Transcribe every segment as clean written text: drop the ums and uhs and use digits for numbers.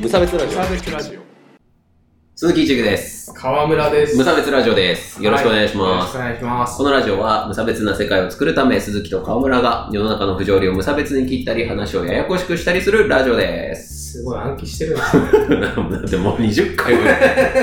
無差別ラジオ。鈴木一育です。 川村です。 無差別ラジオです。よろしくお願いします。 よろしくお願いします。 このラジオは無差別な世界を作るため、鈴木と川村が世の中の不条理を無差別に切ったり、話をややこしくしたりするラジオです。 すごい暗記してるんですね。 だってもう20回ぐらい。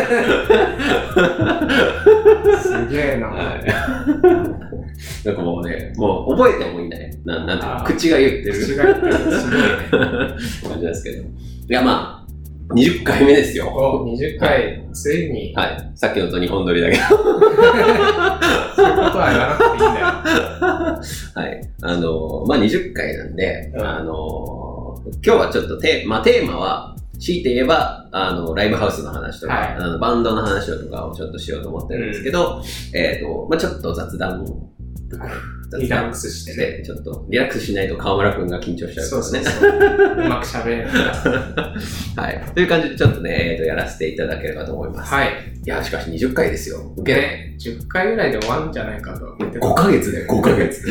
すげえな。 はい、なんかもうね、もう覚えてもいいんだね。なんて口が言ってる。 口が言ってる。すごいね。 感じですけど。いやまあ、20回目ですよ。 20回、ついに。 はい。さっきのと2本撮りだけど。 そういうことは言わなくていいんだよ。 はい。まあ、20回なんで、今日はちょっとテーマは、強いて言えば、ライブハウスの話とか、はい、バンドの話とかをちょっとしようと思ってるんですけど、まあ、ちょっと雑談リラックスしてね。 ちょっとリラックスしないと川村くんが緊張しちゃうからね。 そううまく喋れない。 はい。という感じでちょっとね、やらせていただければと思います。 はい。 いや、しかし20回ですよ。受けね。10回ぐらいで終わるんじゃないかと思ってた。 5ヶ月で5ヶ月。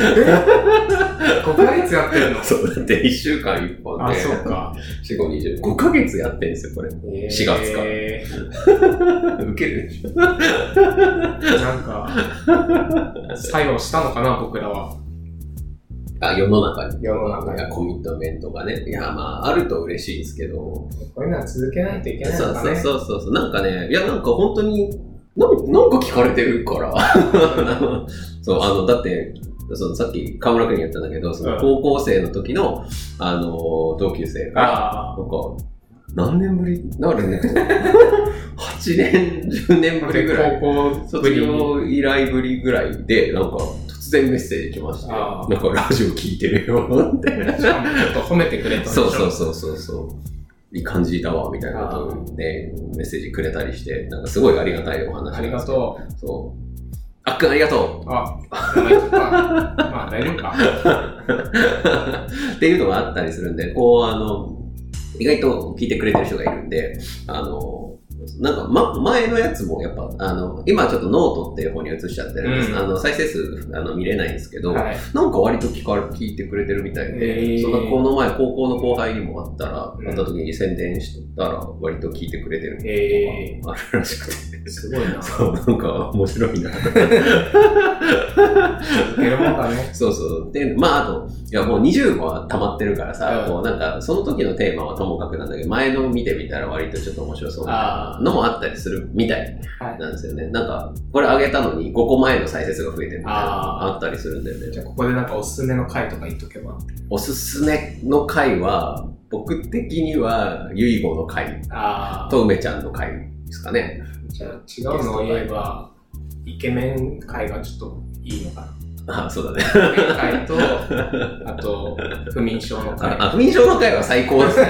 5ヶ月やってるの？ そう、だって1週間1本で。 あ、そうか。 4、5、20。5ヶ月やってんですよ、これ。4月から。受けるでしょ。 なんか、作用したのかな、僕らは。 世の中に。 世の中に。 コミットメントがね。いや、まあ、あると嬉しいですけど。 こういうのは続けないといけないのかね。 そう。なんかね、いや、なんか本当に、なんか聞かれてるから。そう、だって、さっき河村君に言ったんだけど、高校生の時の、同級生が、なんか、何年ぶりだからね、8年、10年ぶりぐらい。 高校卒業以来ぶりぐらいで、なんか、突然メッセージ来まして、なんかラジオ聞いてるよって。 しかもちょっと褒めてくれたんでしょ。 そう。いい感じだわ、みたいなことで、メッセージくれたりして、なんかすごいありがたいお話。 ありがとう。 そう。あっくんありがとう。 まあ大丈夫か。 っていうのがあったりするんで、意外と聞いてくれてる人がいるんで、なんか、前のやつもやっぱ、今ちょっとノートっていう方に移しちゃってるんです。再生数、見れないんですけど、はい、なんか割と聞いてくれてるみたいで、そんなこの前、高校の後輩にも会った時に宣伝したら、割と聞いてくれてるのがあるらしくて。 すごいな。 そう、なんか面白いな。 受けるもんだね。 そう。で、まああと、いやもう20は溜まってるからさ、こうなんかその時のテーマはともかくなんだけど、前の見てみたら割とちょっと面白そうなのもあったりするみたいなんですよね。なんか、これ上げたのに5個前の再生数が増えてるみたいなのがあったりするんだよね。 じゃあここでなんかおすすめの回とか言っとけば。 おすすめの回は、僕的には、ゆいごの回と梅ちゃんの回ですかね。 じゃあ違うのを言えば、イケメン回がちょっといいのかな。 そうだね。 イケメン回と、あと、不眠症の回。 不眠症の回は最高ですね。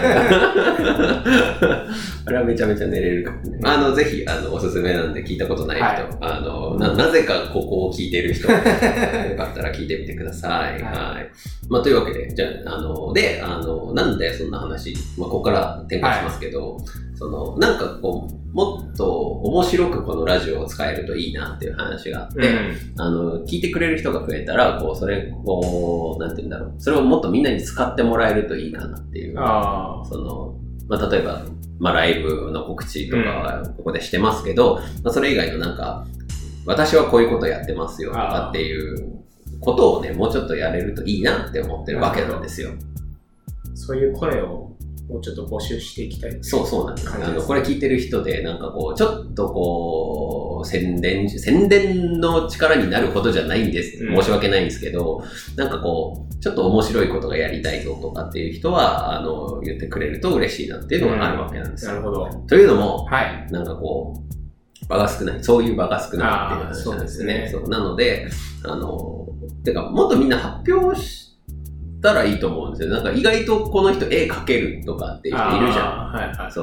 あれはめちゃめちゃ寝れるかもね。ぜひ、おすすめなんで聞いたことない人、はい、なぜかここを聞いてる人、よかったら聞いてみてください。はい。まあ、というわけで、じゃあ、なんでそんな話、まあ、ここから展開しますけど、はい、なんかこう、もっと面白くこのラジオを使えるといいなっていう話があって、聞いてくれる人が増えたら、こう、それ、こう、なんて言うんだろう。それをもっとみんなに使ってもらえるといいかなっていう。まあ、例えば、まあ、ライブの告知とか、ここでしてますけど、まあ、それ以外のなんか、私はこういうことやってますよとかっていうことをね、もうちょっとやれるといいなって思ってるわけなんですよ。 そういう声をもうちょっと募集していきたい。 そうなんです。これ聞いてる人で、なんかこう、ちょっとこう、宣伝の力になることじゃないんです。申し訳ないんですけど、なんかこう、ちょっと面白いことがやりたいぞとかっていう人は、言ってくれると嬉しいなっていうのがあるわけなんですよ。 なるほど。 というのも、 はい。 なんかこう、場が少ない。そういう場が少ないっていう話なんですね。そうなので、てか、もっとみんな発表したらいいと思うんですよ。なんか意外とこの人絵描けるとかっていう人いるじゃん。そう。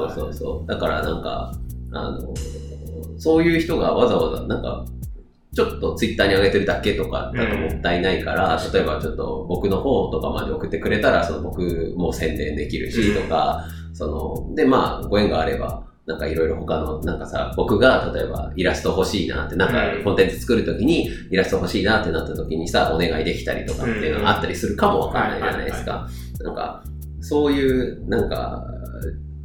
だからなんか、そういう人がわざわざなんか、ちょっとツイッターに上げてるだけとかだともったいないから、例えばちょっと僕の方とかまで送ってくれたら、僕も宣伝できるしとか、で、まあ、ご縁があれば、なんかいろいろ他の、なんかさ、僕が例えばイラスト欲しいなって、なんかコンテンツ作るときにイラスト欲しいなってなったときにさ、お願いできたりとかっていうのがあったりするかもわかんないじゃないですか。なんか、そういう、なんか、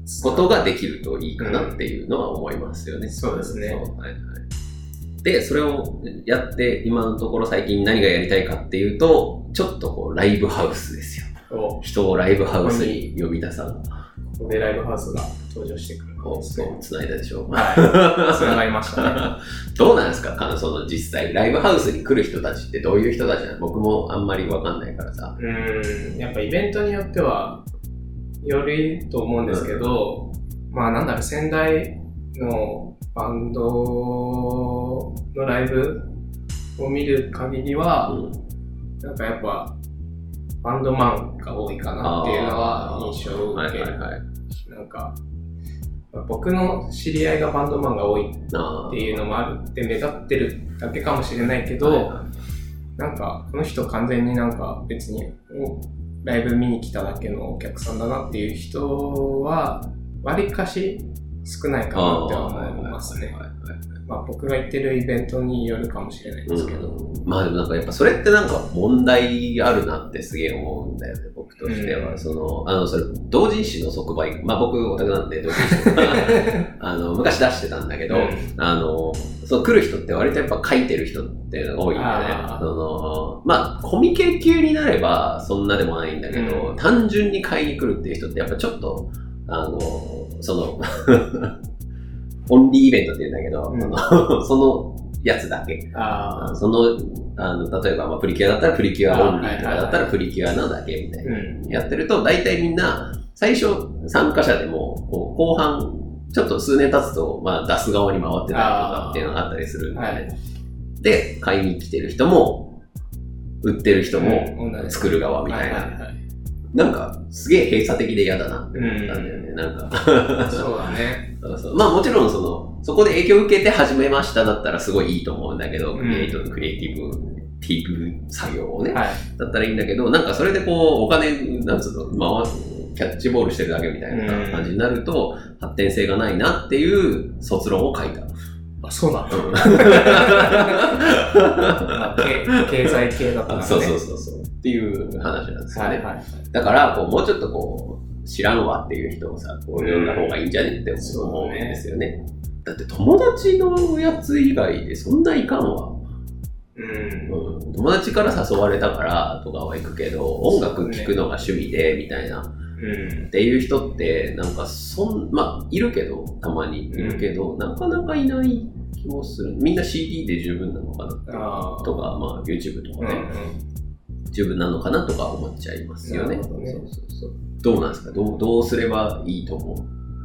ことができるといいかなっていうのは思いますよね。 そうですね。 はいはい。で、それをやって、今のところ最近何がやりたいかっていうと、ちょっとこうライブハウスですよ。人をライブハウスに呼び出さん。 ここでライブハウスが登場してくるんですね。 つないだでしょ。 はい。つながりましたね。 どうなんですかその実際、ライブハウスに来る人たちってどういう人たちなの？僕もあんまりわかんないからさ。 やっぱイベントによっては、よると思うんですけど、まあなんだろう、仙台のバンドのライブを見る限りは、なんかやっぱバンドマンが多いかなっていうのは印象を受ける。なんか僕の知り合いがバンドマンが多いっていうのもあるって目立ってるだけかもしれないけど、なんかこの人完全になんか別にライブ見に来ただけのお客さんだなっていう人はわりかし少ないかなって思いますね。まあ僕が行ってるイベントによるかもしれないですけど。 まあでもなんかやっぱそれってなんか問題あるなってすげえ思うんだよね、僕としては。それ、同人誌の即売、まあ僕オタクなんで同人誌とか、昔出してたんだけど、その来る人って割とやっぱ書いてる人っていうのが多いんだよね。まあコミケ級になればそんなでもないんだけど、単純に買いに来るっていう人ってやっぱちょっと、オンリーイベントって言うんだけど、そのやつだけ。例えば、プリキュアだったらプリキュアオンリーとかだったらプリキュアなだけみたいな。やってると、大体みんな、最初参加者でも、後半、ちょっと数年経つと、まあ出す側に回ってたりとかっていうのがあったりするんで、で、買いに来てる人も、売ってる人も、作る側みたいな。なんか、すげえ閉鎖的で嫌だなって思ったんだよね、なんか。 そうだね。 まあもちろんそこで影響を受けて始めましただったらすごいいいと思うんだけど、クリエイティブ作業をね、だったらいいんだけど、なんかそれでこう、お金、なんつうの、キャッチボールしてるだけみたいな感じになると、発展性がないなっていう卒論を書いた。 あ、そうなんだ。経済系だったんですね。 そう。っていう話なんですよね。だから、もうちょっと知らんわっていう人をさ、呼んだ方がいいんじゃねって思うんですよね。だって友達のやつ以外でそんないかんわ。友達から誘われたからとかは行くけど、音楽聴くのが趣味でみたいな、っていう人ってなんかまあいるけど、たまにいるけど、なかなかいない気もする。みんな CD で十分なのかなとか、まあ YouTube とかね、十分なのかなとか思っちゃいますよね。どうなんですか？どうすればいいと思う？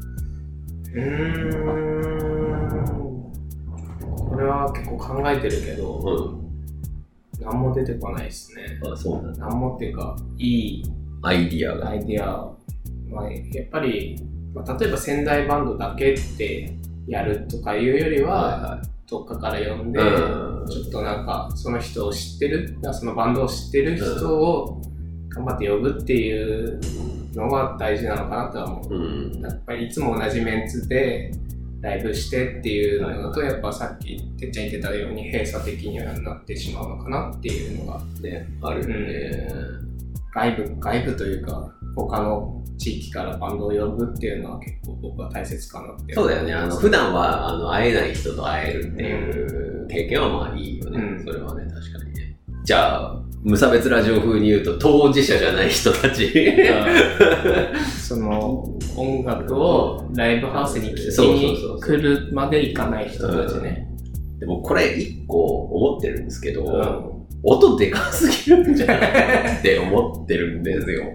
これは結構考えてるけど、何も出てこないですね。 そうなんだ。 何もっていうか、いいアイディア。 まあ、やっぱり、例えば仙台バンドだけってやるとかいうよりは、どっかから呼んで、ちょっとなんかその人を知ってる、そのバンドを知ってる人を頑張って呼ぶっていうのが大事なのかなとは思う。やっぱりいつも同じメンツでライブしてっていうのだと、やっぱさっきてっちゃん言ってたように閉鎖的にはなってしまうのかなっていうのが、 あるよね。 外部というか他の地域からバンドを呼ぶっていうのは結構僕は大切かなって。 そうだよね。普段は会えない人と会えるっていう経験はまあいいよね。それはね、確かにね。じゃあ無差別ラジオ風に言うと当事者じゃない人たちその音楽をライブハウスに聴きに来るまで行かない人たちね。 でもこれ一個思ってるんですけど、音でかすぎるんじゃないって思ってるんですよ。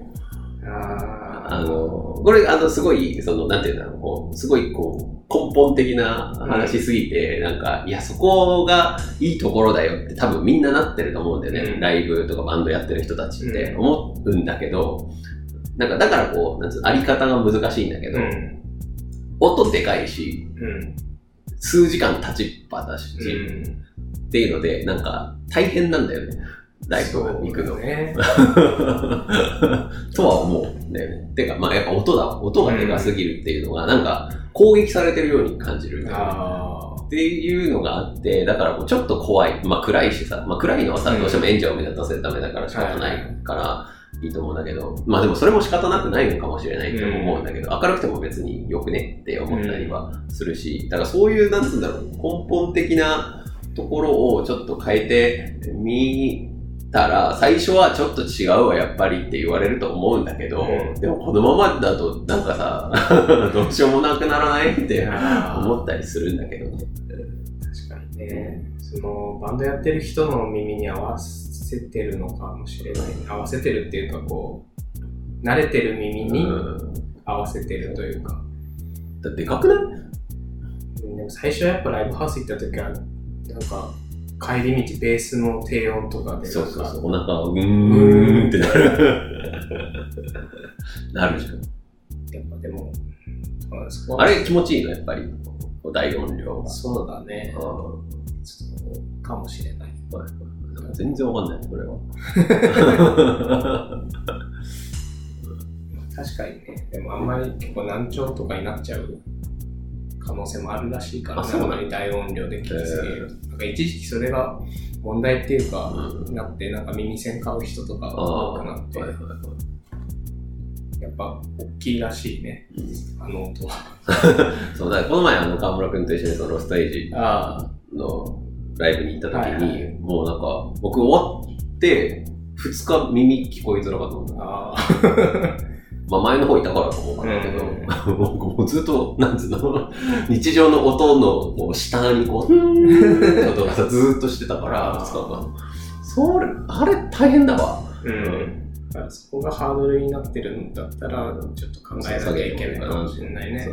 これすごいなんていうんだろう、すごい根本的な話すぎて、なんかいやそこがいいところだよって多分みんななってると思うんだよね。ライブとかバンドやってる人たちって思うんだけど、なんかだからなんつうの、あり方が難しいんだけど、音でかいし、数時間立ちっぱだし、っていうのでなんか大変なんだよね。ライブ行くの。とは思うんだよね。てか、まあやっぱ音がでかすぎるっていうのが、なんか攻撃されてるように感じるんだよね。っていうのがあって、だからちょっと怖い。まあ暗いしさ、暗いのはさ、どうしても演者を目立たせるためだから仕方ないからいいと思うんだけど、まあでもそれも仕方なくないのかもしれないと思うんだけど、明るくても別によくねって思ったりはするし、だからそういう、なんつうんだろう、根本的なところをちょっと変えてみたら、最初はちょっと違うわ、やっぱりって言われると思うんだけど、でもこのままだとなんかさ、どうしようもなくならないって思ったりするんだけどね。 確かにね、そのバンドやってる人の耳に合わせてるのかもしれない。合わせてるっていうかこう、慣れてる耳に合わせてるというか。 だってでかくない？ でも最初やっぱライブハウス行った時は、なんか、帰り道ベースの低音とかでそうそうそう、お腹がうーんってなるなるじゃん。 やっぱでもあれ気持ちいいのやっぱり大音量が。 そうだね。そうかもしれない。 全然わかんないこれは確かにね。でもあんまり結構難聴とかになっちゃう可能性もあるらしいからね、あまり大音量で聞きすぎる。なんか一時期それが問題っていうか、なって、なんか耳栓買う人とかが多くなって、やっぱ大きいらしいね、あの音は。 そうだ、この前川村くんと一緒にそのロストエイジのライブに行った時に、もうなんか僕終わって2日耳聞こえづらかったもんだ。まあ前の方いたからと思うんだけど、もうずっと、なんつうの、日常の音のこう下にこう、って音がさ、ずーっとしてたから、2日間。あれ大変だわ。 そこがハードルになってるんだったら、ちょっと考えなきゃいけないかもしれないね。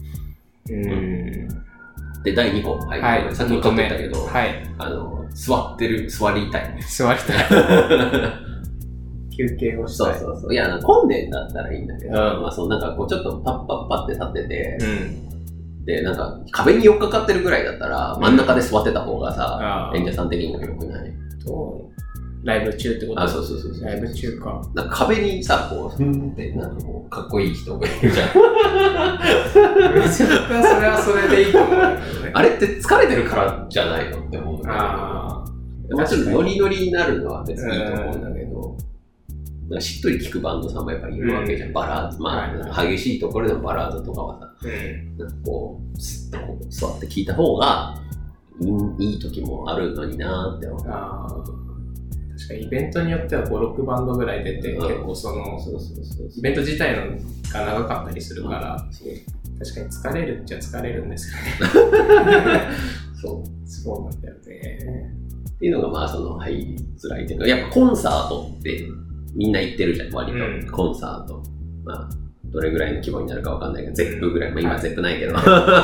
で、第2個。はい。さっきも言ったけど、座りたい。 座りたい。休憩をしたい。 そう。いや、混んでんだったらいいんだけど、まあそう、なんかこうちょっとパッパッパって立ってて、で、なんか壁に寄っかかってるぐらいだったら、真ん中で座ってた方がさ、演者さん的にも良くない？ ライブ中ってこと？ あ、そう。 ライブ中か。 なんか壁にさ、こう、ってなんかこう、かっこいい人がいるじゃん。 別に僕はそれはそれでいいと思うんだけどね。 あれって疲れてるからじゃないのって思うんだけど。もちろんノリノリになるのは別にいいと思うんだけど、しっとり聴くバンドさんもやっぱいるわけじゃん。バラード、まあ、激しいところでのバラードとかはさ、なんかこう、スッとこう座って聴いた方がいい時もあるのになーって思う。 確かにイベントによっては5、6バンドぐらい出て、結構その、イベント自体のが長かったりするから、確かに疲れるっちゃ疲れるんですよね。そうなんだよね。 っていうのがまあ入りづらいっていうか、やっぱコンサートってみんな行ってるじゃん、割と。コンサート。まあ、どれぐらいの規模になるかわかんないけど、ゼップぐらい。まあ今ゼップないけど。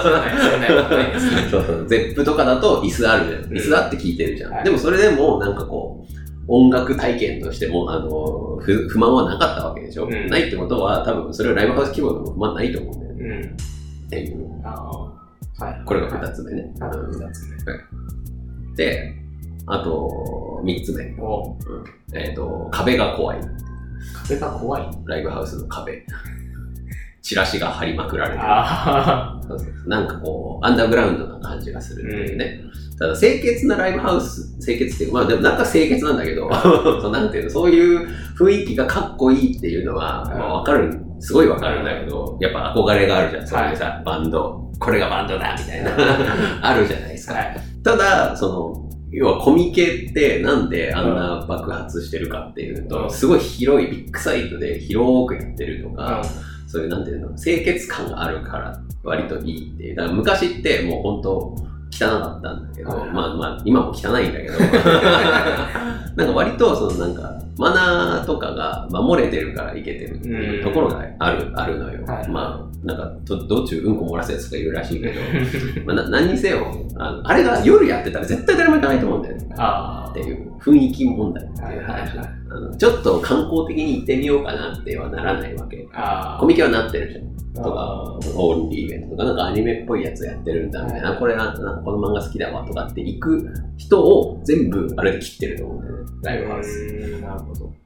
ゼップとかだと椅子あるじゃん。椅子あって聞いてるじゃん。でもそれでもなんかこう、音楽体験としても、不満はなかったわけでしょ。ないってことは、多分それはライブハウス規模でも不満ないと思うんだよね。っていう。これが2つ目ね。2つ目。で、あと、3つ目。壁が怖い。 壁が怖い？ ライブハウスの壁。チラシが貼りまくられてる。なんかこう、アンダーグラウンドな感じがするっていうね。ただ、清潔なライブハウス、清潔っていうか、まあでもなんか清潔なんだけど、なんていうの、そういう雰囲気がかっこいいっていうのは、まあわかる、すごいわかるんだけど、やっぱ憧れがあるじゃん。そういうさ、バンド、これがバンドだみたいな、あるじゃないですか。ただ、要はコミケってなんであんな爆発してるかっていうと、すごい広いビッグサイトで広くやってるとか、そういうなんていうの、清潔感があるから割といいっていう。だから昔ってもう本当汚かったんだけど、まあ今も汚いんだけど、なんか割となんかマナーとかが守れてるからいけてるっていうところがあるのよ。まあなんか道中うんこ漏らすやつがいるらしいけど、まあ、何にせよあれが夜やってたら絶対誰も行かないと思うんだよね。っていう雰囲気問題っていう話。ちょっと観光的に行ってみようかなってはならないわけ。コミケはなってるじゃん。とか、オールディイベントとか、なんかアニメっぽいやつやってるんだみたいな、これなんかこの漫画好きだわとかって行く人を全部あれで切ってると思うんだよね。ライブハウス。 なるほど。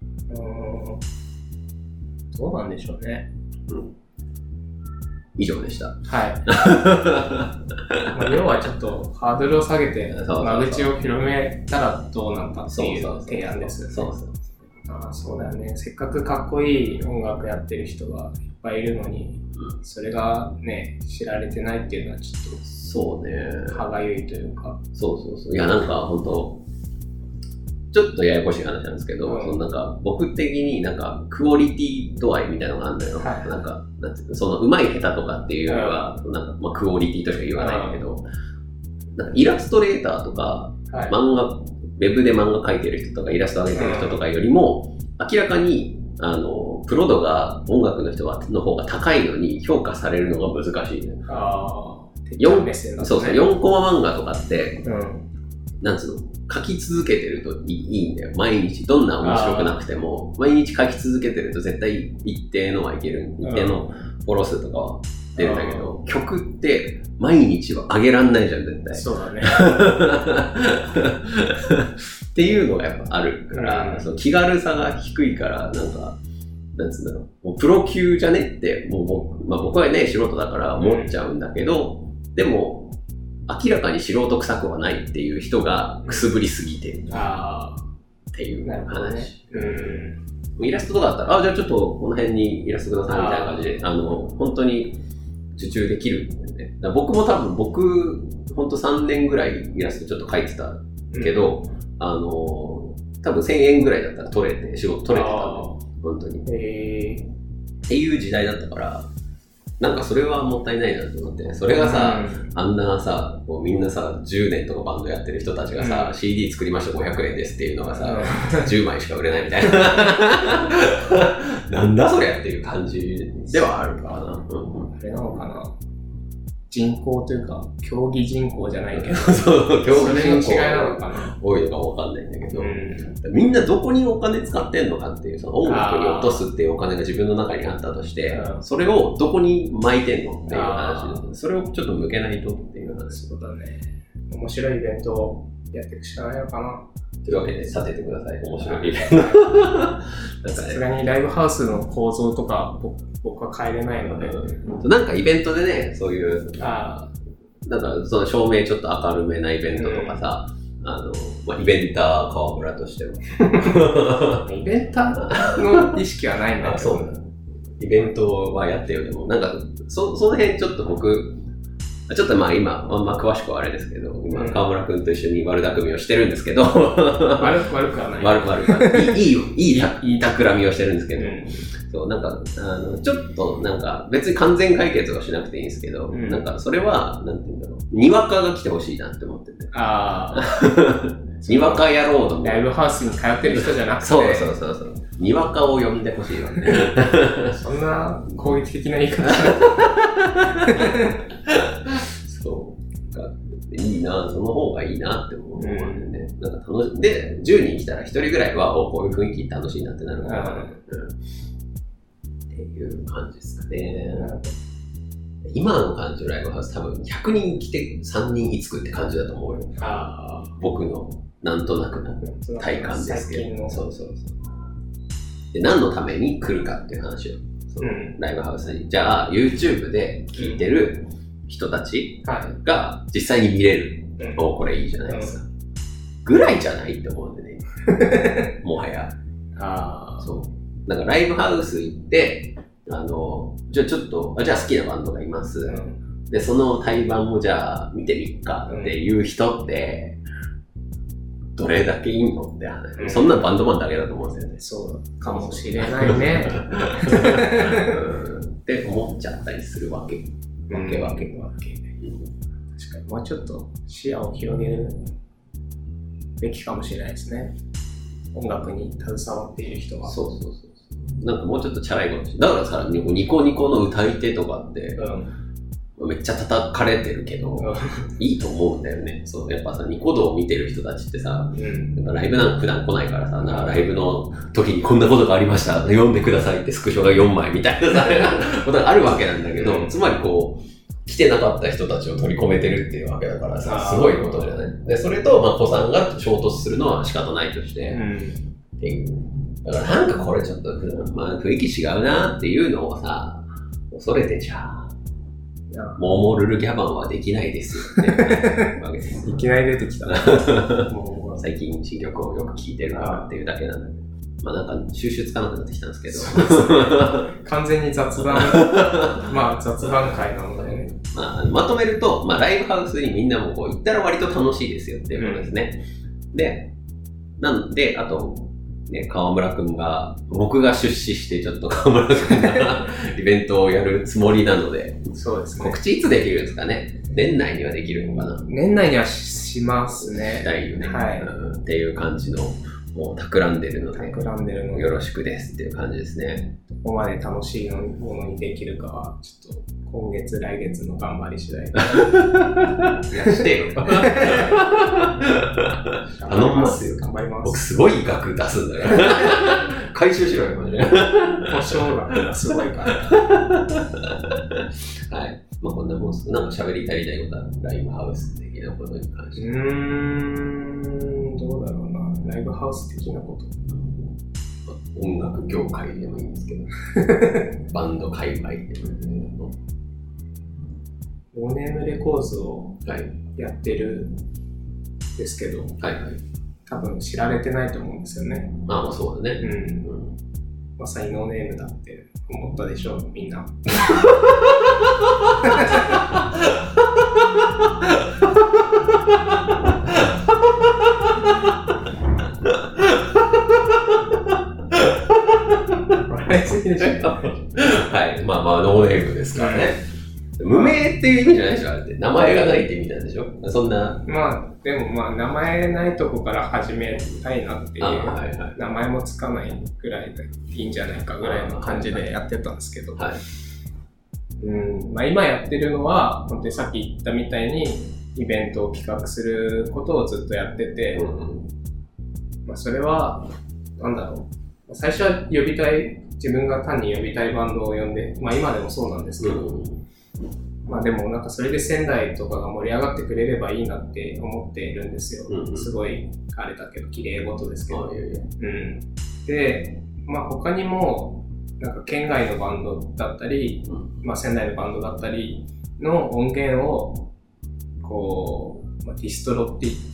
どうなんでしょうね。 以上でした。 はい。要はちょっとハードルを下げて間口を広めたらどうなんだっていう提案ですよね。 そうだよね。せっかくかっこいい音楽やってる人がいっぱいいるのに、それがね、知られてないっていうのはちょっと、 そうね。 歯がゆいというか。 そう。いや、なんか本当ちょっとややこしい話なんですけど、そのなんか僕的になんかクオリティ度合いみたいなのがあるんだよ。なんか、なんていうの、その上手い下手とかっていうよりは、なんかまあクオリティとしか言わないんだけど、なんかイラストレーターとか、漫画、ウェブで漫画描いてる人とかイラスト上げてる人とかよりも、明らかに、プロ度が音楽の人の方が高いのに評価されるのが難しい、ね。そう、4コマ漫画とかって、なんつうの、書き続けてるといいんだよ。毎日、どんな面白くなくても、毎日書き続けてると絶対一定のはいける。一定のフォロー数とかは出るんだけど、曲って毎日は上げらんないじゃん、絶対。 そうだね。 っていうのがやっぱあるから、その気軽さが低いから、なんか、なんつうんだろう、もうプロ級じゃねって、もう僕はね、素人だから思っちゃうんだけど、でも、明らかに素人臭くはないっていう人がくすぶりすぎてるっていう話。イラストとかだったら、じゃあちょっとこの辺にイラストくださいみたいな感じで、本当に受注できるんだよね。だ僕も多分本当3年ぐらいイラストちょっと描いてたけど、多分1000円ぐらいだったら仕事取れてたんだよ。本当に。っていう時代だったから、なんかそれはもったいないなと思って、それがさ、あんなさ、こうみんなさ、10年とかバンドやってる人たちがさ、CD 作りました500円ですっていうのがさ、10枚しか売れないみたいな。なんだそりゃっていう感じではあるかな。 あれなのかな、人口というか、競技人口じゃないけど、 そう、競技人口それの違いなのかな。 多いのかもわかんないんだけど、みんなどこにお金使ってんのかっていう、その音楽に落とすっていうお金が自分の中にあったとして、それをどこに巻いてんのっていう話で、それをちょっと向けないとっていう話。 そうだね。面白いイベントをやっていくしかないのかな。 というわけで、立ててください。面白いイベント。 さすがにライブハウスの構造とか僕は変えれないので。 なんかイベントでね、そういう、なんかその照明ちょっと明るめなイベントとかさ、イベンター川村としても。 イベンターの意識はないんだけど。 そうだ。イベントはやってよ。でも、なんか、その辺ちょっと僕、ちょっとまあ今、詳しくはあれですけど、今、川村くんと一緒に悪巧みをしてるんですけど、悪くはない。 悪くはない。いい企みをしてるんですけど、そう、なんか、ちょっと、なんか、別に完全解決はしなくていいんですけど、なんか、それは、なんていうんだろう、にわかが来てほしいなって思ってて。にわか野郎の。 ライブハウスに通ってる人じゃなくて。 そう。にわかを呼んでほしいわね。 そんな攻撃的な言い方そういいな、その方がいいなって思うんでね。なんか楽しい。で、10人来たら1人ぐらいは、こういう雰囲気楽しいなってなるから、っていう感じですかね。今の感じのライブハウス多分100人来て3人居つくって感じだと思うよ。僕のなんとなくの体感ですけど。そう。で、何のために来るかっていう話を、ライブハウスに。じゃあ、YouTube で聞いてる人たちが実際に見れる。これいいじゃないですか。ぐらいじゃないって思うんでね。もはや。そう。なんかライブハウス行って、じゃあちょっと、じゃあ好きなバンドがいます。で、その対バンもじゃあ見てみっかっていう人って、どれだけいいのって話。そんなバンドマンだけだと思うんですよね。 そうかもしれないね。 って思っちゃったりするわけ。確かに、 もうちょっと視野を広げるべきかもしれないですね。音楽に携わっている人は。 そう。なんかもうちょっとチャラいことして。だからさ、ニコニコの歌い手とかって、めっちゃ叩かれてるけど、いいと思うんだよね。そう、やっぱさ、ニコ動を見てる人たちってさ、ライブなんか普段来ないからさ、ライブの時にこんなことがありました。読んでくださいってスクショが4枚みたいなさ、ことがあるわけなんだけど、つまりこう、来てなかった人たちを取り込めてるっていうわけだからさ、すごいことじゃない。で、それと、子さんが衝突するのは仕方ないとして、っていう。だからなんかこれちょっと、雰囲気違うなっていうのをさ、恐れてじゃあ、モールルギャバンはできないですよってわけです。 いきなり出てきた。 最近新曲をよく聴いてるからっていうだけなんだけど。 まあなんか収集つかなくなってきたんですけど。 完全に雑談、まあ雑談会なのでね。 まとめると、ライブハウスにみんなもこう行ったら割と楽しいですよっていうことですね。で、なんで、あと、ね、河村くんが、僕が出資してちょっと河村くんがイベントをやるつもりなので、 そうですね。 告知いつできるんですかね。年内にはできるのかな。 年内にはしますね。 したいよね。 はい、 っていう感じの、もう企んでるので、よろしくですっていう感じですね。 どこまで楽しいものにできるかは、ちょっと今月、来月の頑張り次第。 いや、してよ。頼みますよ。 頑張ります。 僕すごい額出すんだから。回収しろよ、マジで。 保証額がすごいから。 はい。こんなもんす。なんか喋り足りないことは、ライブハウス的なことに関して。 どうだろうな。ライブハウス的なこと。 音楽業界でもいいんですけど。バンド界隈でもいいんですけど。 ノーネームレコーズをやってるんですけど、 はいはい。 多分知られてないと思うんですよね。 まあそうだね。 まさにノーネームだって思ったでしょう、みんな。 はい。ノーネームですからね。無名っていう意味じゃないでしょ、あれって。名前がないって意味なんでしょ、そんな。 でも名前ないとこから始めたいなっていう、名前もつかないぐらいでいいんじゃないかぐらいの感じでやってたんですけど、今やってるのは、本当にさっき言ったみたいに、イベントを企画することをずっとやってて、それは、なんだろう。最初は自分が単に呼びたいバンドを呼んで、今でもそうなんですけど、でもなんかそれで仙台とかが盛り上がってくれればいいなって思っているんですよ。すごいあれだけど、綺麗事ですけど。で、他にも、なんか県外のバンドだったり、仙台のバンドだったりの音源を、こう、ディストロって言って、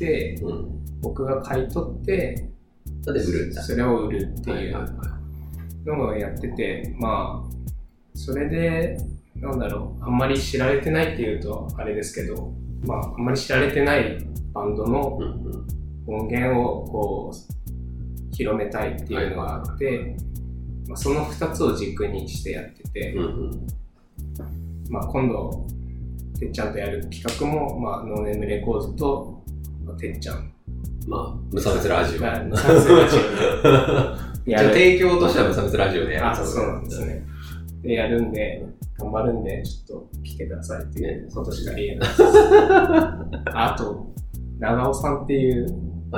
僕が買い取って、それを売るっていうのをやってて、それで、なんだろう、あんまり知られてないっていうとあれですけど、あんまり知られてないバンドの音源をこう広めたいっていうのがあって、その2つを軸にしてやってて、今度てっちゃんとやる企画も、ノーネームレコーズと、てっちゃん、 無差別ラジオ。 無差別ラジオ提供としては無差別ラジオでやる。 そうなんですね。でやるんで、頑張るんで、ちょっと来てくださいっていうことしか言えないです。あと、長尾さんっていう、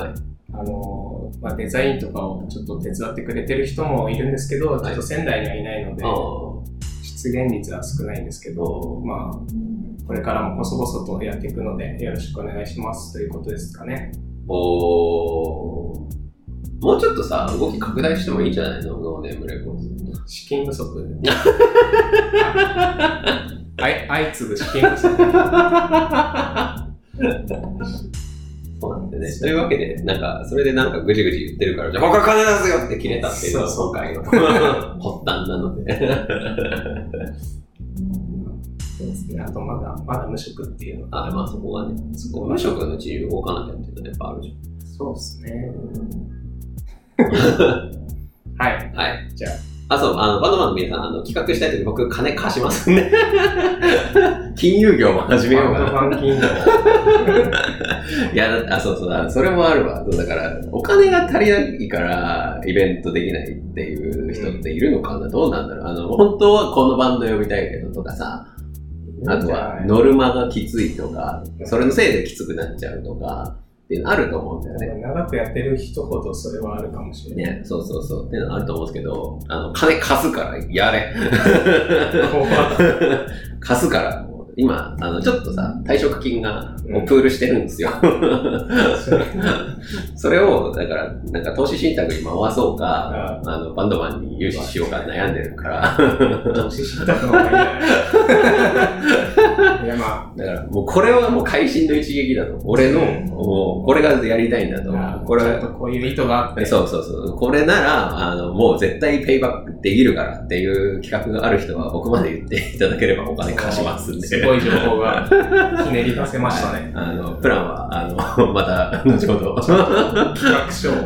デザインとかをちょっと手伝ってくれてる人もいるんですけど、ちょっと仙台にはいないので、出現率は少ないんですけど、これからも細々とやっていくので、よろしくお願いしますということですかね。 もうちょっとさ、動き拡大してもいいんじゃないの？ノーネームレコーズ。 資金不足。相次ぐ資金不足。 そうなんでね。というわけで、それでぐじぐじ言ってるから、じゃあ僕は金出すよって切れたっていうのが今回の発端なので。 そうですね。あとまだ無職っていうのは。そこはね。無職のうちに動かなきゃっていうのはやっぱあるじゃん。 そうですね。はい。じゃあ。バンドマンの皆さん、企画したいとき僕金貸しますんで。金融業も始めようかな。 バンド金融。 いや、そうだ、それもあるわ。だから、お金が足りないからイベントできないっていう人っているのかな、どうなんだろう。本当はこのバンド呼びたいけどとかさ、あとはノルマがきついとか、それのせいできつくなっちゃうとか、っていうのあると思うんだよね。 長くやってる人ほどそれはあるかもしれない。 ね、そうっていうのあると思うんですけど、金貸すからやれ。貸すから、もう今、ちょっとさ、退職金がプールしてるんですよ。それを、だから、なんか投資信託に回そうか、バンドマンに融資しようか悩んでるから。 投資信託の方がいいんじゃないいや、まあ。 だから、もうこれはもう会心の一撃だと。俺の、もう、これがやりたいんだと。 これは、こういう意図があって。 そう。これなら、もう絶対ペイバックできるからっていう企画がある人は僕まで言っていただければお金貸しますんで。 すごい情報がひねり出せましたね。 プランは、また、後ほど。 企画書を。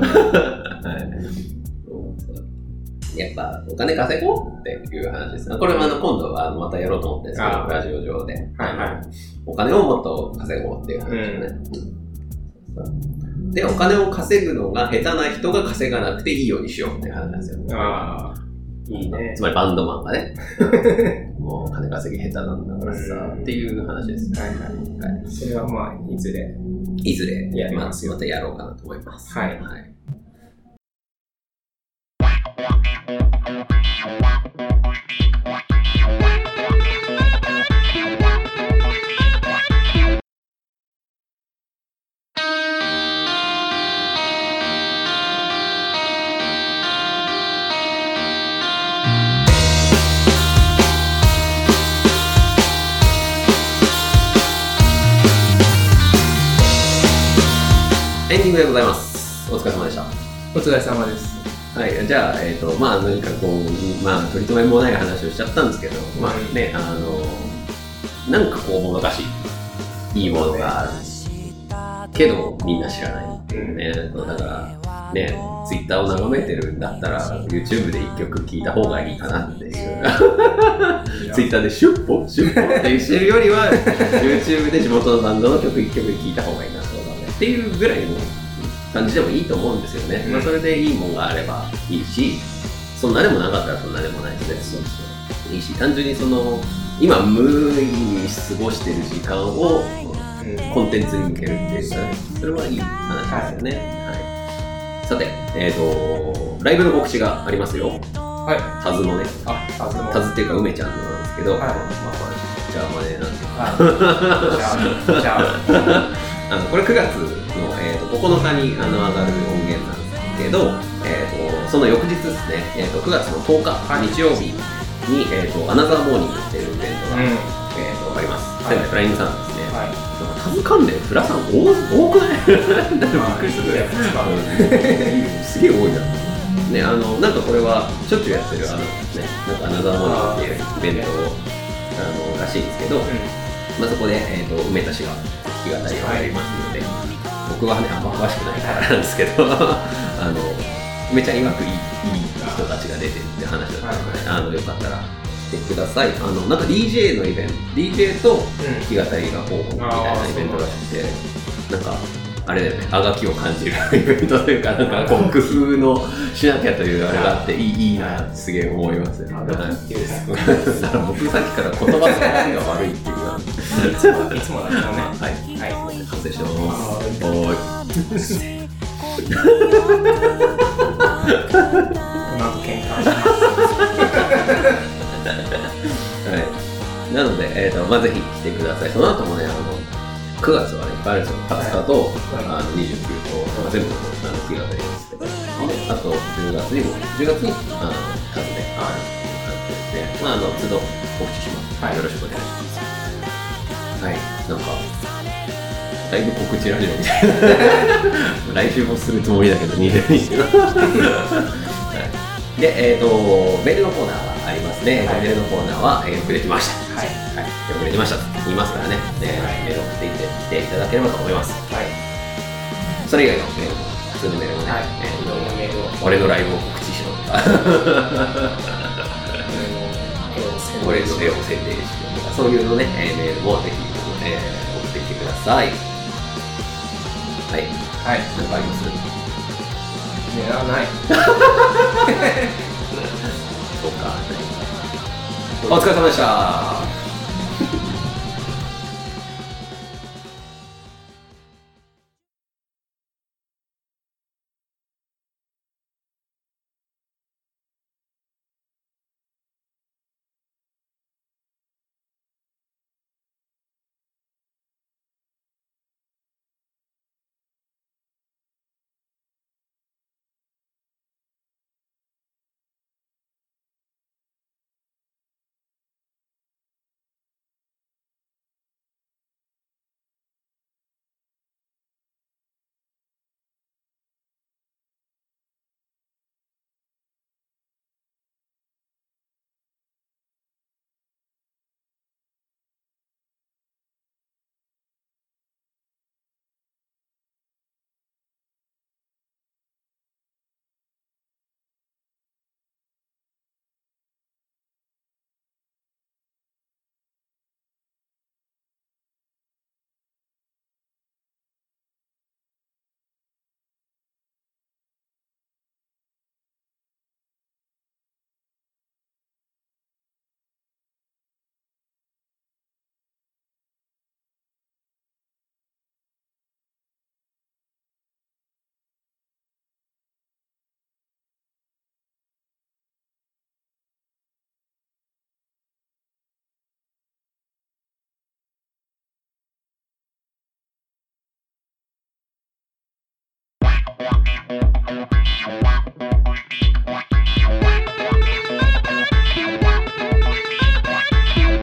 やっぱ、お金稼ごうっていう話です。これも今度はまたやろうと思ってるんですけど、ラジオ上で。お金をもっと稼ごうっていう話ですね。で、お金を稼ぐのが下手な人が稼がなくていいようにしようっていう話なんですよ。 いいね。 つまりバンドマンがね、もう金稼ぎ下手なんだからさ、っていう話です。 それはまあ、いずれやりますよ。またやろうかなと思います。エンディングでございます。お疲れ様でした。 お疲れ様です。 はい、じゃあ、まあ、何かこう、まあ、取り留めもない話をしちゃったんですけど、まあね、なんかこう、もどかしい、いいものがある。けど、みんな知らないっていうね。だから、ね、Twitter を眺めてるんだったら、YouTube で一曲聴いた方がいいかなっていう。Twitter でシュッポってしてるよりは、YouTube で地元のバンドの曲一曲聴いた方がいいなっていうぐらいの感じでもいいと思うんですよね。まあそれでいいもんがあればいいし、そんなでもなかったらそんなでもないので、いいし、単純に今無意に過ごしてる時間をコンテンツに向けるっていうかね、それはいい話ですよね。さて、ライブの告知がありますよ。タズのね。タズっていうか梅ちゃんのなんですけど、じゃあまねなんで。これ9月の、9日に上がる音源なんですけど、その翌日ですね、9月の10日、日曜日に、アナザーモーニングっていうイベントが、あります。仙台フライングサウンドですね。タズ関連、フラさん多くない？びっくりするぐらい。すげえ多いな。ね、なんかこれはしょっちゅうやってる、なんかアナザーモーニングっていうイベントらしいんですけど、まあ、そこで、梅田氏が弾き語りをやりますので、僕はね、あんま詳しくないからなんですけど、梅ちゃん曰くいい人たちが出てるって話だったので、よかったら来てください。なんか DJ のイベント、DJ と弾き語りが交互みたいなイベントらしくて、なんか、あれだよね、あがきを感じるイベントというか、なんかこう工夫のしなきゃというあれがあって、いいなってすげえ思いますよね。だから僕さっきから言葉遣いが悪いっていうか、 いつもだったね。 はい、反省してます。うまく喧嘩します。 なので、まあ、ぜひ来てください。その後もね、9月はね、いっぱいあるんですよ。20日と、29と、全部日が出ますけど、あと10月に数であるっていう感じですね。まあ、都度告知します。よろしくお願いします。はい、なんか、だいぶ告知ラジオみたいな。来週もするつもりだけど、2020。で、メールのコーナーがありますね。メールのコーナーは、よくできました。よくできましたと言いますからね。メールを送ってきていただければと思います。それ以外のメールも、普通のメールもね、俺のライブを告知しろとか、俺の絵を設定しろとか、そういうのね、メールもぜひ、送ってきてください。はい。なんかあります？ ない。 そうか。お疲れ様でした。